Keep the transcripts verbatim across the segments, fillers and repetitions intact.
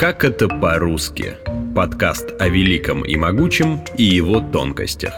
Как это по-русски? Подкаст о великом и могучем и его тонкостях.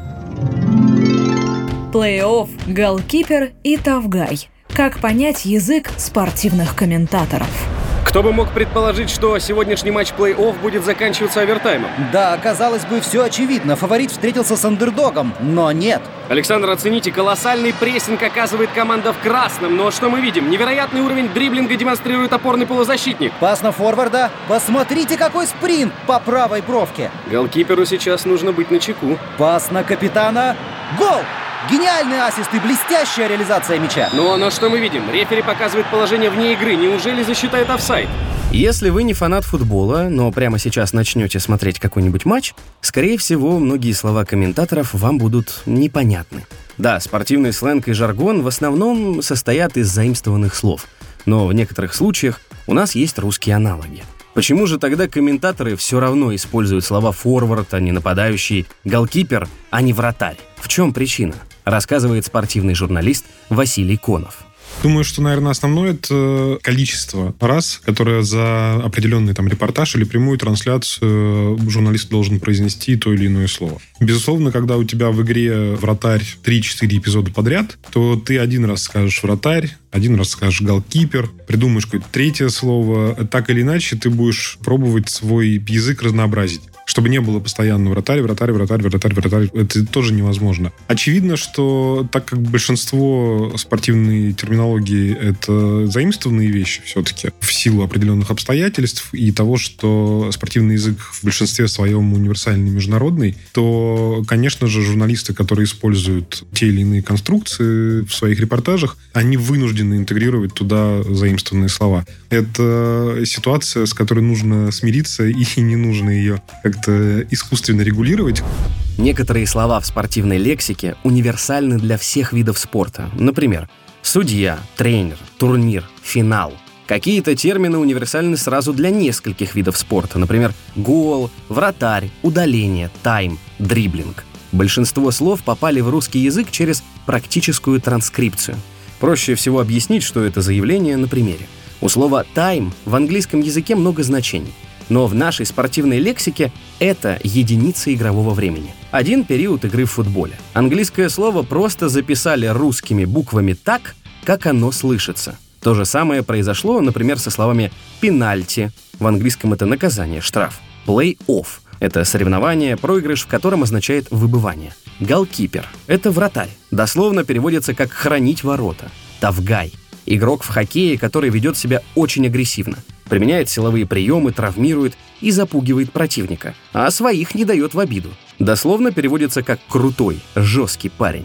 Плей-офф, голкипер и тавгай. Как понять язык спортивных комментаторов? Кто бы мог предположить, что сегодняшний матч плей-офф будет заканчиваться овертаймом? Да, казалось бы, все очевидно. Фаворит встретился с андердогом, но нет. Александр, оцените, колоссальный прессинг оказывает команда в красном. Но что мы видим? Невероятный уровень дриблинга демонстрирует опорный полузащитник. Пас на форварда. Посмотрите, какой спринт по правой бровке. Голкиперу сейчас нужно быть начеку. Пас на капитана. Гол! Гениальный ассист и блестящая реализация мяча. Ну, но что мы видим? Рефери показывает положение вне игры. Неужели засчитает офсайд? Если вы не фанат футбола, но прямо сейчас начнете смотреть какой-нибудь матч, скорее всего, многие слова комментаторов вам будут непонятны. Да, спортивный сленг и жаргон в основном состоят из заимствованных слов, но в некоторых случаях у нас есть русские аналоги. Почему же тогда комментаторы все равно используют слова «форвард», а не «нападающий», «голкипер», а не «вратарь»? В чем причина? Рассказывает спортивный журналист Василий Конов. Думаю, что, наверное, основное – это количество раз, которое за определенный там репортаж или прямую трансляцию журналист должен произнести то или иное слово. Безусловно, когда у тебя в игре вратарь три-четыре эпизода подряд, то ты один раз скажешь вратарь, один раз скажешь голкипер, придумаешь какое-то третье слово. Так или иначе, ты будешь пробовать свой язык разнообразить. Чтобы не было постоянно вратарь, вратарь, вратарь, вратарь, вратарь. Это тоже невозможно. Очевидно, что так как большинство спортивной терминологии — это заимствованные вещи все-таки, в силу определенных обстоятельств и того, что спортивный язык в большинстве своем универсальный, международный, то, конечно же, журналисты, которые используют те или иные конструкции в своих репортажах, они вынуждены интегрировать туда заимствованные слова. Это ситуация, с которой нужно смириться, и не нужно ее как-то искусственно регулировать. Некоторые слова в спортивной лексике универсальны для всех видов спорта. Например, судья, тренер, турнир, финал. Какие-то термины универсальны сразу для нескольких видов спорта. Например, гол, вратарь, удаление, тайм, дриблинг. Большинство слов попали в русский язык через практическую транскрипцию. Проще всего объяснить, что это заявление на примере. У слова «тайм» в английском языке много значений. Но в нашей спортивной лексике это единица игрового времени. Один период игры в футболе. Английское слово просто записали русскими буквами так, как оно слышится. То же самое произошло, например, со словами «пенальти». В английском это наказание, штраф. «Плей-офф» — это соревнование, проигрыш в котором означает выбывание. «Голкипер» — это вратарь. Дословно переводится как «хранить ворота». «Тавгай» — игрок в хоккее, который ведет себя очень агрессивно. Применяет силовые приемы, травмирует и запугивает противника, а своих не дает в обиду. Дословно переводится как «крутой, жесткий парень».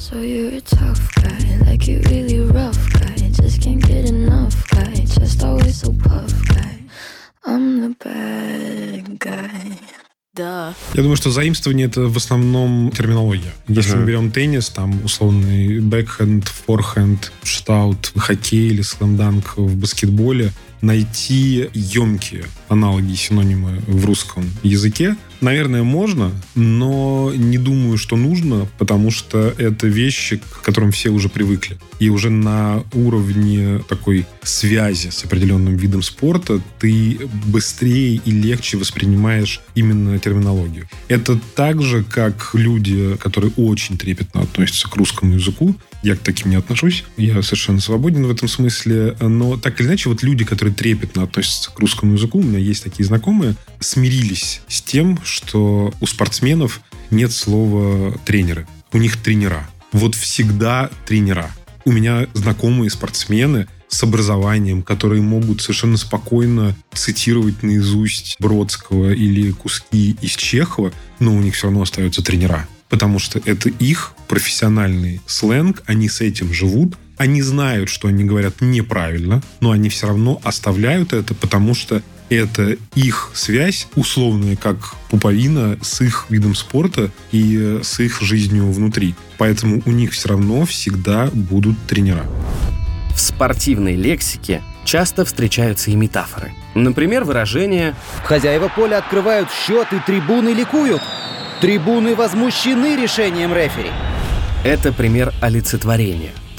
Да. Я думаю, что заимствование — это в основном терминология. Если uh-huh. мы берем теннис, там условный бэкхенд, форхенд, шутаут, хоккей или слэмданк в баскетболе, найти емкие аналоги и синонимы в русском языке, наверное, можно, но не думаю, что нужно, потому что это вещи, к которым все уже привыкли. И уже на уровне такой связи с определенным видом спорта ты быстрее и легче воспринимаешь именно терминологию. Это так же, как люди, которые очень трепетно относятся к русскому языку. Я к таким не отношусь. Я совершенно свободен в этом смысле. Но так или иначе, вот люди, которые трепетно относятся к русскому языку, у меня есть такие знакомые, смирились с тем, что у спортсменов нет слова «тренеры». У них тренера. Вот всегда тренера. У меня знакомые спортсмены с образованием, которые могут совершенно спокойно цитировать наизусть Бродского или куски из Чехова, но у них все равно остаются тренера. Потому что это их профессиональный сленг, они с этим живут, они знают, что они говорят неправильно, но они все равно оставляют это, потому что это их связь, условная как пуповина, с их видом спорта и с их жизнью внутри. Поэтому у них все равно всегда будут тренера. В спортивной лексике часто встречаются и метафоры. Например, выражение «Хозяева поля открывают счет, и трибуны ликуют». Трибуны возмущены решением рефери. Это пример олицетворения.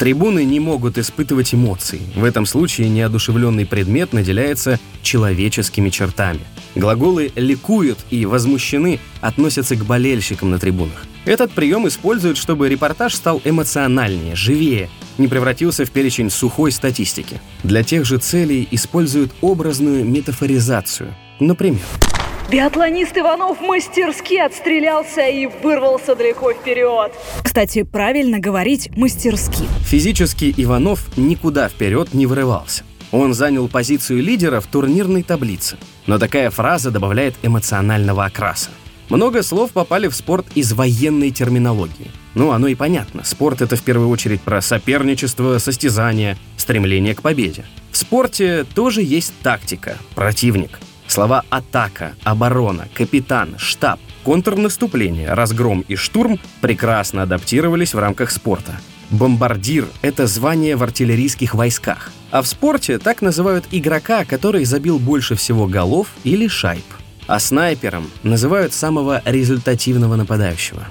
Трибуны не могут испытывать эмоций. В этом случае неодушевленный предмет наделяется человеческими чертами. Глаголы «ликуют» и «возмущены» относятся к болельщикам на трибунах. Этот прием используют, чтобы репортаж стал эмоциональнее, живее, не превратился в перечень сухой статистики. Для тех же целей используют образную метафоризацию. Например, биатлонист Иванов мастерски отстрелялся и вырвался далеко вперед. Кстати, правильно говорить «мастерски». Физически Иванов никуда вперед не вырывался. Он занял позицию лидера в турнирной таблице. Но такая фраза добавляет эмоционального окраса. Много слов попали в спорт из военной терминологии. Ну, оно и понятно. Спорт — это в первую очередь про соперничество, состязание, стремление к победе. В спорте тоже есть тактика, противник. Слова «атака», «оборона», «капитан», «штаб», «контрнаступление», «разгром» и «штурм» прекрасно адаптировались в рамках спорта. Бомбардир — это звание в артиллерийских войсках. А в спорте так называют игрока, который забил больше всего голов или шайб. А снайпером называют самого результативного нападающего.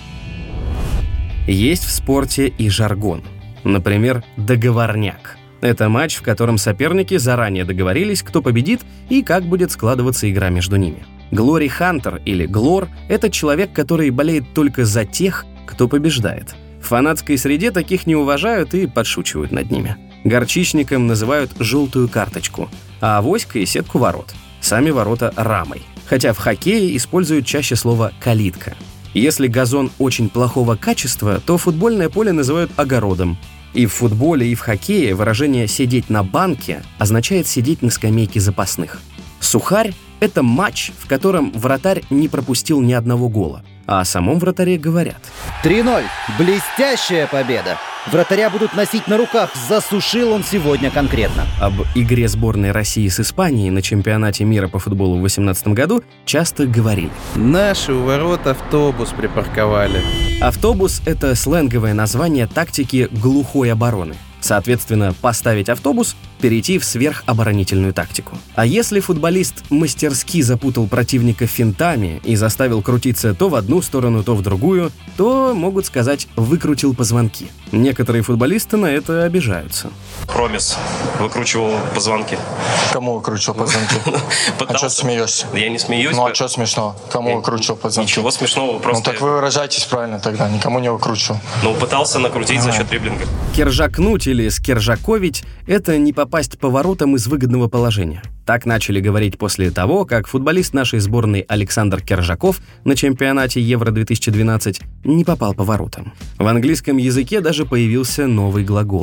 Есть в спорте и жаргон. Например, договорняк. Это матч, в котором соперники заранее договорились, кто победит и как будет складываться игра между ними. Глори Хантер или Глор – это человек, который болеет только за тех, кто побеждает. В фанатской среде таких не уважают и подшучивают над ними. Горчичником называют желтую карточку, а авоськой – сетку ворот. Сами ворота – рамой. Хотя в хоккее используют чаще слово «калитка». Если газон очень плохого качества, то футбольное поле называют огородом. И в футболе, и в хоккее выражение «сидеть на банке» означает сидеть на скамейке запасных. Сухарь – это матч, в котором вратарь не пропустил ни одного гола. А о самом вратаре говорят: три ноль. Блестящая победа. Вратаря будут носить на руках. Засушил он сегодня конкретно. Об игре сборной России с Испанией на чемпионате мира по футболу в две тысячи восемнадцатом году часто говорили: наши у ворот автобус припарковали. Автобус – это сленговое название тактики глухой обороны. Соответственно, поставить автобус – перейти в сверхоборонительную тактику. А если футболист мастерски запутал противника финтами и заставил крутиться то в одну сторону, то в другую, то могут сказать «выкрутил позвонки». Некоторые футболисты на это обижаются. Промис выкручивал позвонки. Кому выкручивал позвонки? А что смеешься? Я не смеюсь. Ну а что смешного? Кому выкручивал позвонки? Ничего смешного, просто... Ну так вы выражайтесь правильно тогда, никому не выкручивал. Ну пытался накрутить за счет дриблинга. Кержакнуть или скержаковить – это не попасть по воротам из выгодного положения. Так начали говорить после того, как футболист нашей сборной Александр Кержаков на чемпионате Евро две тысячи двенадцать не попал по воротам. В английском языке даже появился новый глагол.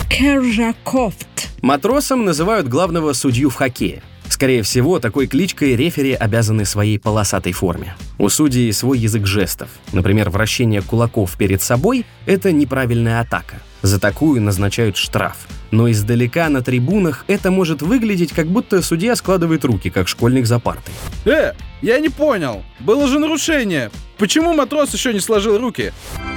Кержаковт. Матросом называют главного судью в хоккее. Скорее всего, такой кличкой рефери обязаны своей полосатой форме. У судей свой язык жестов. Например, вращение кулаков перед собой – это неправильная атака. За такую назначают штраф. Но издалека на трибунах это может выглядеть, как будто судья складывает руки, как школьник за партой. Э, я не понял. Было же нарушение. Почему матрос еще не сложил руки?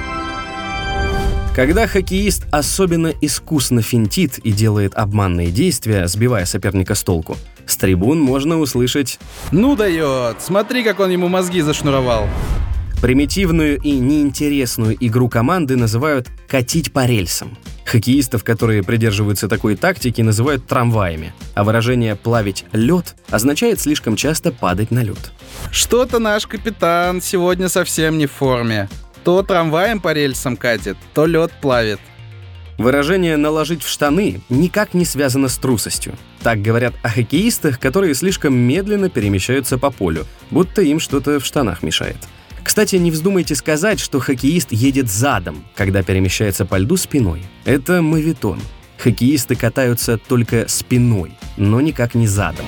Когда хоккеист особенно искусно финтит и делает обманные действия, сбивая соперника с толку, с трибун можно услышать: «Ну дает, смотри, как он ему мозги зашнуровал». Примитивную и неинтересную игру команды называют «катить по рельсам». Хоккеистов, которые придерживаются такой тактики, называют трамваями, а выражение «плавить лед» означает слишком часто падать на лед. Что-то наш капитан сегодня совсем не в форме. То трамваем по рельсам катит, то лед плавит. Выражение «наложить в штаны» никак не связано с трусостью. Так говорят о хоккеистах, которые слишком медленно перемещаются по полю, будто им что-то в штанах мешает. Кстати, не вздумайте сказать, что хоккеист едет задом, когда перемещается по льду спиной. Это моветон. Хоккеисты катаются только спиной, но никак не задом.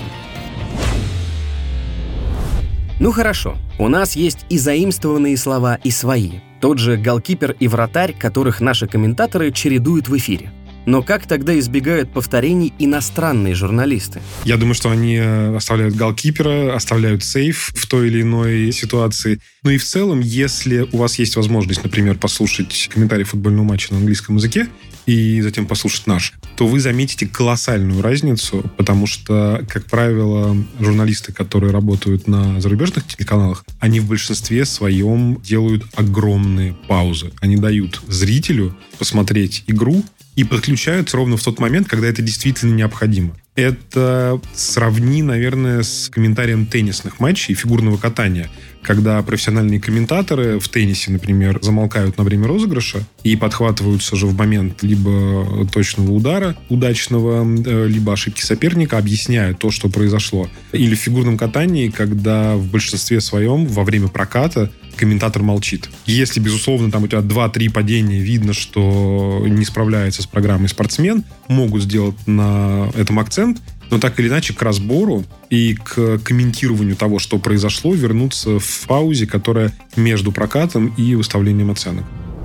Ну хорошо, у нас есть и заимствованные слова, и свои. Тот же голкипер и вратарь, которых наши комментаторы чередуют в эфире. Но как тогда избегают повторений иностранные журналисты? Я думаю, что они оставляют голкипера, оставляют сейф в той или иной ситуации. Ну и в целом, если у вас есть возможность, например, послушать комментарий футбольного матча на английском языке и затем послушать наш, то вы заметите колоссальную разницу, потому что, как правило, журналисты, которые работают на зарубежных телеканалах, они в большинстве своем делают огромные паузы. Они дают зрителю посмотреть игру и подключаются ровно в тот момент, когда это действительно необходимо. Это сравни, наверное, с комментарием теннисных матчей и фигурного катания, когда профессиональные комментаторы в теннисе, например, замолкают на время розыгрыша и подхватываются же в момент либо точного удара удачного, либо ошибки соперника, объясняя то, что произошло. Или в фигурном катании, когда в большинстве своем во время проката комментатор молчит. Если, безусловно, там у тебя два-три падения, видно, что не справляется с программой спортсмен, могут сделать на этом акцент, но так или иначе к разбору и к комментированию того, что произошло, вернуться в паузе, которая между прокатом и выставлением оценок.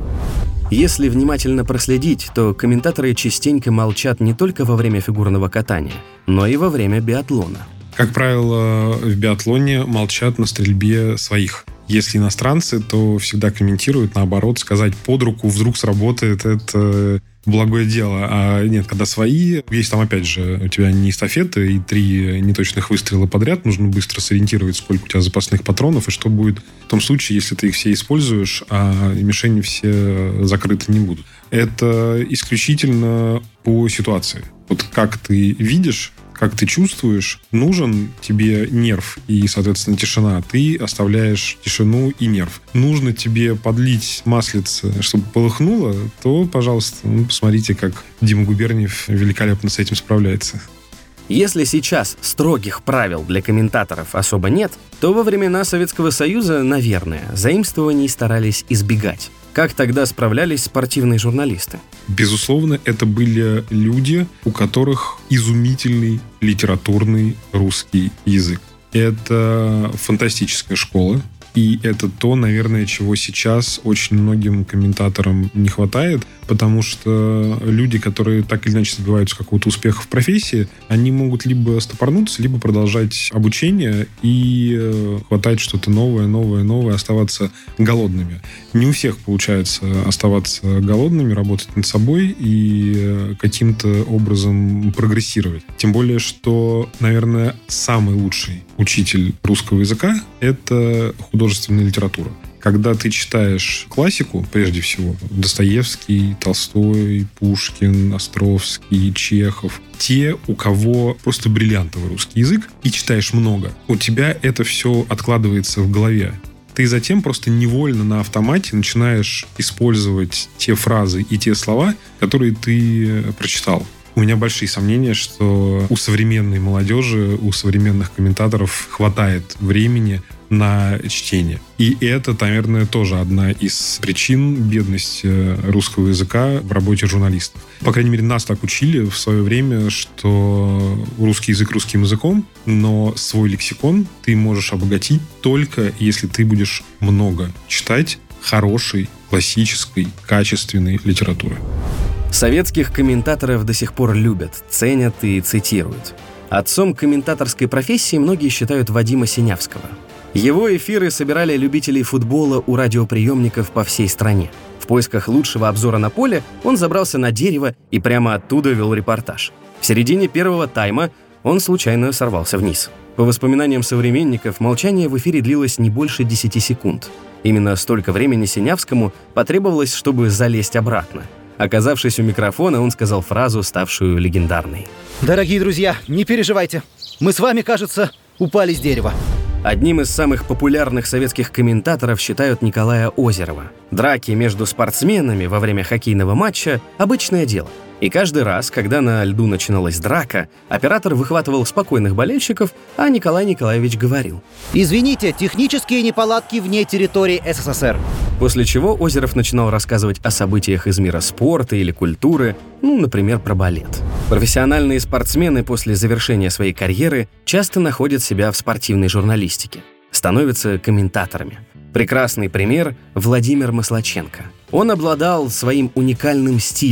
Если внимательно проследить, то комментаторы частенько молчат не только во время фигурного катания, но и во время биатлона. Как правило, в биатлоне молчат на стрельбе своих. Если иностранцы, то всегда комментируют, наоборот, сказать под руку вдруг сработает, это благое дело. А нет, когда свои, есть там, опять же, у тебя не эстафеты и три неточных выстрела подряд, нужно быстро сориентировать, сколько у тебя запасных патронов, и что будет в том случае, если ты их все используешь, а мишени все закрыты не будут. Это исключительно по ситуации. Вот как ты видишь, как ты чувствуешь, нужен тебе нерв и, соответственно, тишина, ты оставляешь тишину и нерв. Нужно тебе подлить маслице, чтобы полыхнуло, то, пожалуйста, ну, посмотрите, как Дима Губерниев великолепно с этим справляется. Если сейчас строгих правил для комментаторов особо нет, то во времена Советского Союза, наверное, заимствований старались избегать. Как тогда справлялись спортивные журналисты? Безусловно, это были люди, у которых изумительный литературный русский язык. Это фантастическая школа. И это то, наверное, чего сейчас очень многим комментаторам не хватает, потому что люди, которые так или иначе добиваются какого-то успеха в профессии, они могут либо стопорнуться, либо продолжать обучение и хватать что-то новое, новое, новое, оставаться голодными. Не у всех получается оставаться голодными, работать над собой и каким-то образом прогрессировать. Тем более, что, наверное, самый лучший учитель русского языка — это художественная литература. Когда ты читаешь классику, прежде всего, Достоевский, Толстой, Пушкин, Островский, Чехов, те, у кого просто бриллиантовый русский язык, и читаешь много, у тебя это все откладывается в голове. Ты затем просто невольно на автомате начинаешь использовать те фразы и те слова, которые ты прочитал. У меня большие сомнения, что у современной молодежи, у современных комментаторов хватает времени на чтение. И это, наверное, тоже одна из причин бедности русского языка в работе журналистов. По крайней мере, нас так учили в свое время, что русский язык русским языком, но свой лексикон ты можешь обогатить только если ты будешь много читать хорошей, классической, качественной литературы. Советских комментаторов до сих пор любят, ценят и цитируют. Отцом комментаторской профессии многие считают Вадима Синявского. Его эфиры собирали любителей футбола у радиоприемников по всей стране. В поисках лучшего обзора на поле он забрался на дерево и прямо оттуда вел репортаж. В середине первого тайма он случайно сорвался вниз. По воспоминаниям современников, молчание в эфире длилось не больше десяти секунд. Именно столько времени Синявскому потребовалось, чтобы залезть обратно. Оказавшись у микрофона, он сказал фразу, ставшую легендарной. Дорогие друзья, не переживайте. Мы с вами, кажется, упали с дерева. Одним из самых популярных советских комментаторов считают Николая Озерова. Драки между спортсменами во время хоккейного матча – обычное дело. И каждый раз, когда на льду начиналась драка, оператор выхватывал спокойных болельщиков, а Николай Николаевич говорил: «Извините, технические неполадки вне территории СССР». После чего Озеров начинал рассказывать о событиях из мира спорта или культуры, ну, например, про балет. Профессиональные спортсмены после завершения своей карьеры часто находят себя в спортивной журналистике, становятся комментаторами. Прекрасный пример – Владимир Маслаченко. Он обладал своим уникальным стилем,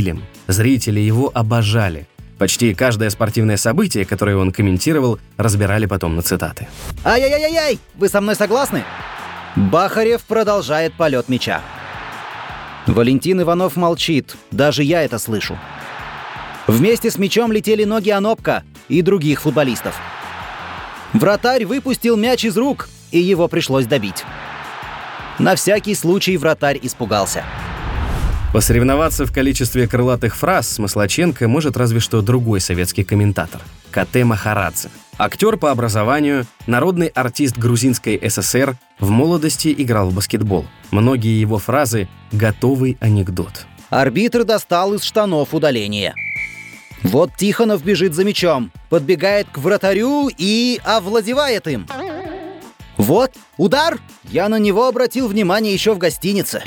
Зрители его обожали. Почти каждое спортивное событие, которое он комментировал, разбирали потом на цитаты. Ай-яй-яй-яй! Вы со мной согласны? Бахарев продолжает полет мяча. Валентин Иванов молчит. Даже я это слышу. Вместе с мячом летели ноги Анопка и других футболистов. Вратарь выпустил мяч из рук, и его пришлось добить. На всякий случай вратарь испугался. Посоревноваться в количестве крылатых фраз с Маслаченко может разве что другой советский комментатор – Кате Махарадзе. Актер по образованию, народный артист Грузинской ССР, в молодости играл в баскетбол. Многие его фразы – готовый анекдот. Арбитр достал из штанов удаление. Вот Тихонов бежит за мячом, подбегает к вратарю и овладевает им. Вот, удар! Я на него обратил внимание еще в гостинице.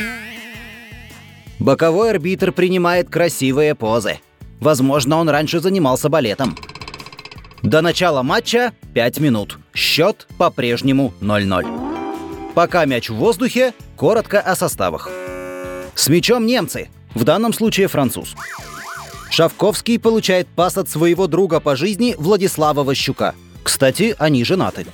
Боковой арбитр принимает красивые позы. Возможно, он раньше занимался балетом. До начала матча пять минут. Счет по-прежнему ноль ноль. Пока мяч в воздухе, коротко о составах. С мячом немцы, в данном случае француз. Шавковский получает пас от своего друга по жизни Владислава Ващука. Кстати, они женаты.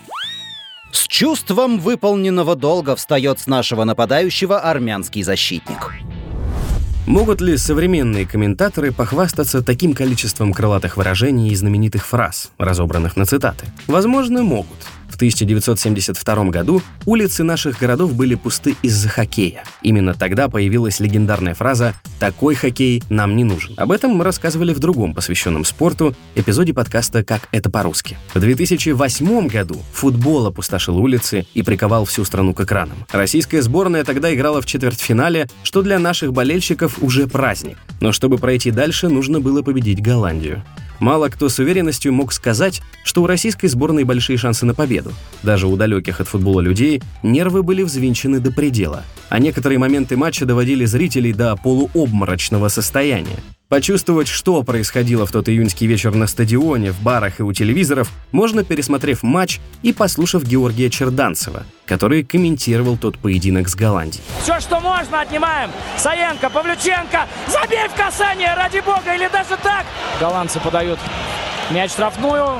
С чувством выполненного долга встает с нашего нападающего армянский защитник. Могут ли современные комментаторы похвастаться таким количеством крылатых выражений и знаменитых фраз, разобранных на цитаты? Возможно, могут. В тысяча девятьсот семьдесят втором году улицы наших городов были пусты из-за хоккея. Именно тогда появилась легендарная фраза «Такой хоккей нам не нужен». Об этом мы рассказывали в другом посвященном спорту эпизоде подкаста «Как это по-русски». В две тысячи восьмом году футбол опустошил улицы и приковал всю страну к экранам. Российская сборная тогда играла в четвертьфинале, что для наших болельщиков уже праздник. Но чтобы пройти дальше, нужно было победить Голландию. Мало кто с уверенностью мог сказать, что у российской сборной большие шансы на победу. Даже у далеких от футбола людей нервы были взвинчены до предела, а некоторые моменты матча доводили зрителей до полуобморочного состояния. Почувствовать, что происходило в тот июньский вечер на стадионе, в барах и у телевизоров, можно, пересмотрев матч и послушав Георгия Черданцева, который комментировал тот поединок с Голландией. Все, что можно, отнимаем. Саенко, Павлюченко, забей в касание, ради бога, или даже так. Голландцы подают мяч в штрафную.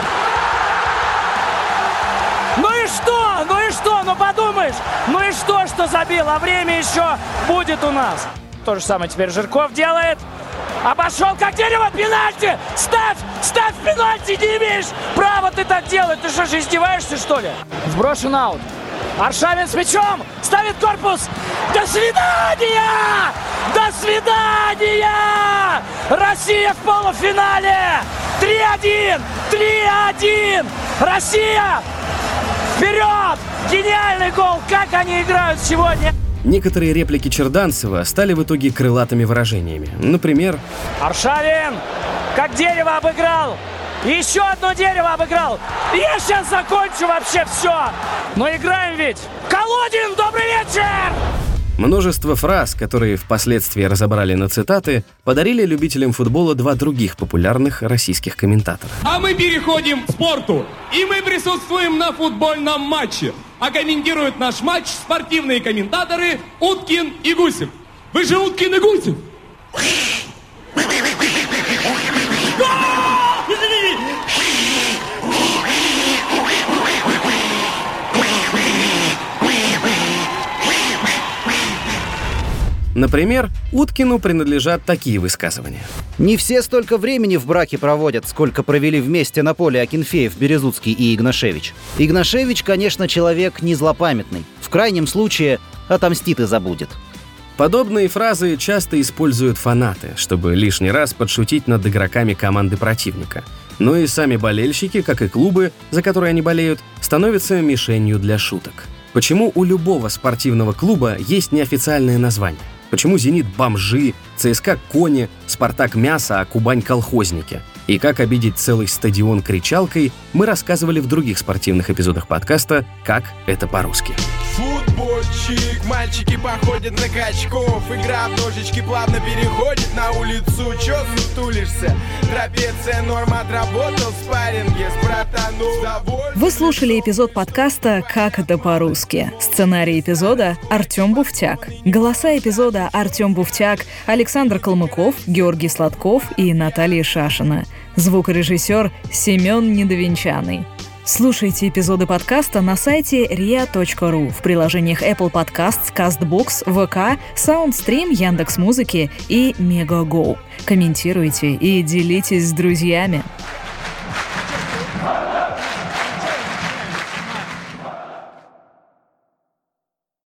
Ну и что? Ну и что? Ну подумаешь, ну и что, что забил, а время еще будет у нас. То же самое теперь Жирков делает. Обошел как дерево, пенальти! Ставь! Ставь пенальти! Не имеешь права ты так делать! Ты что же, издеваешься, что ли? Сброшен аут. Аршавин с мячом! Ставит корпус! До свидания! До свидания! Россия в полуфинале! три один! три один! Россия! Вперед! Гениальный гол! Как они играют сегодня! Некоторые реплики Черданцева стали в итоге крылатыми выражениями. Например, Аршавин как дерево обыграл. Еще одно дерево обыграл. Я сейчас закончу вообще все. Но играем ведь. Колодин, добрый вечер! Множество фраз, которые впоследствии разобрали на цитаты, подарили любителям футбола два других популярных российских комментатора. А мы переходим к спорту. И мы присутствуем на футбольном матче. А комментируют наш матч спортивные комментаторы Уткин и Гусев. Вы же Уткин и Гусев? Например, Уткину принадлежат такие высказывания. Не все столько времени в браке проводят, сколько провели вместе на поле Акинфеев, Березуцкий и Игнашевич. Игнашевич, конечно, человек не злопамятный. В крайнем случае отомстит и забудет. Подобные фразы часто используют фанаты, чтобы лишний раз подшутить над игроками команды противника. Но и сами болельщики, как и клубы, за которые они болеют, становятся мишенью для шуток. Почему у любого спортивного клуба есть неофициальное название? Почему «Зенит» — бомжи, ЦСКА — кони, «Спартак» — мясо, а «Кубань» — колхозники? И как обидеть целый стадион кричалкой, мы рассказывали в других спортивных эпизодах подкаста «Как это по-русски». Футбол. летчик. Мальчики походят на качков. Игра в ножички плавно переходит на улицу. Чё сутулишься? Трапеция норм отработал в спарринге с братаном. Вы слушали эпизод подкаста «Как это по-русски». Сценарий эпизода — Артем Буфтяк. Голоса эпизода — Артем Буфтяк, Александр Калмыков, Георгий Сладков и Наталья Шашина. Звукорежиссер Семен Недовенчанный. Слушайте эпизоды подкаста на сайте риа точка ру, в приложениях Apple Podcasts, CastBox, ВК, SoundStream, Яндекс.Музыки и Мегаго. Комментируйте и делитесь с друзьями.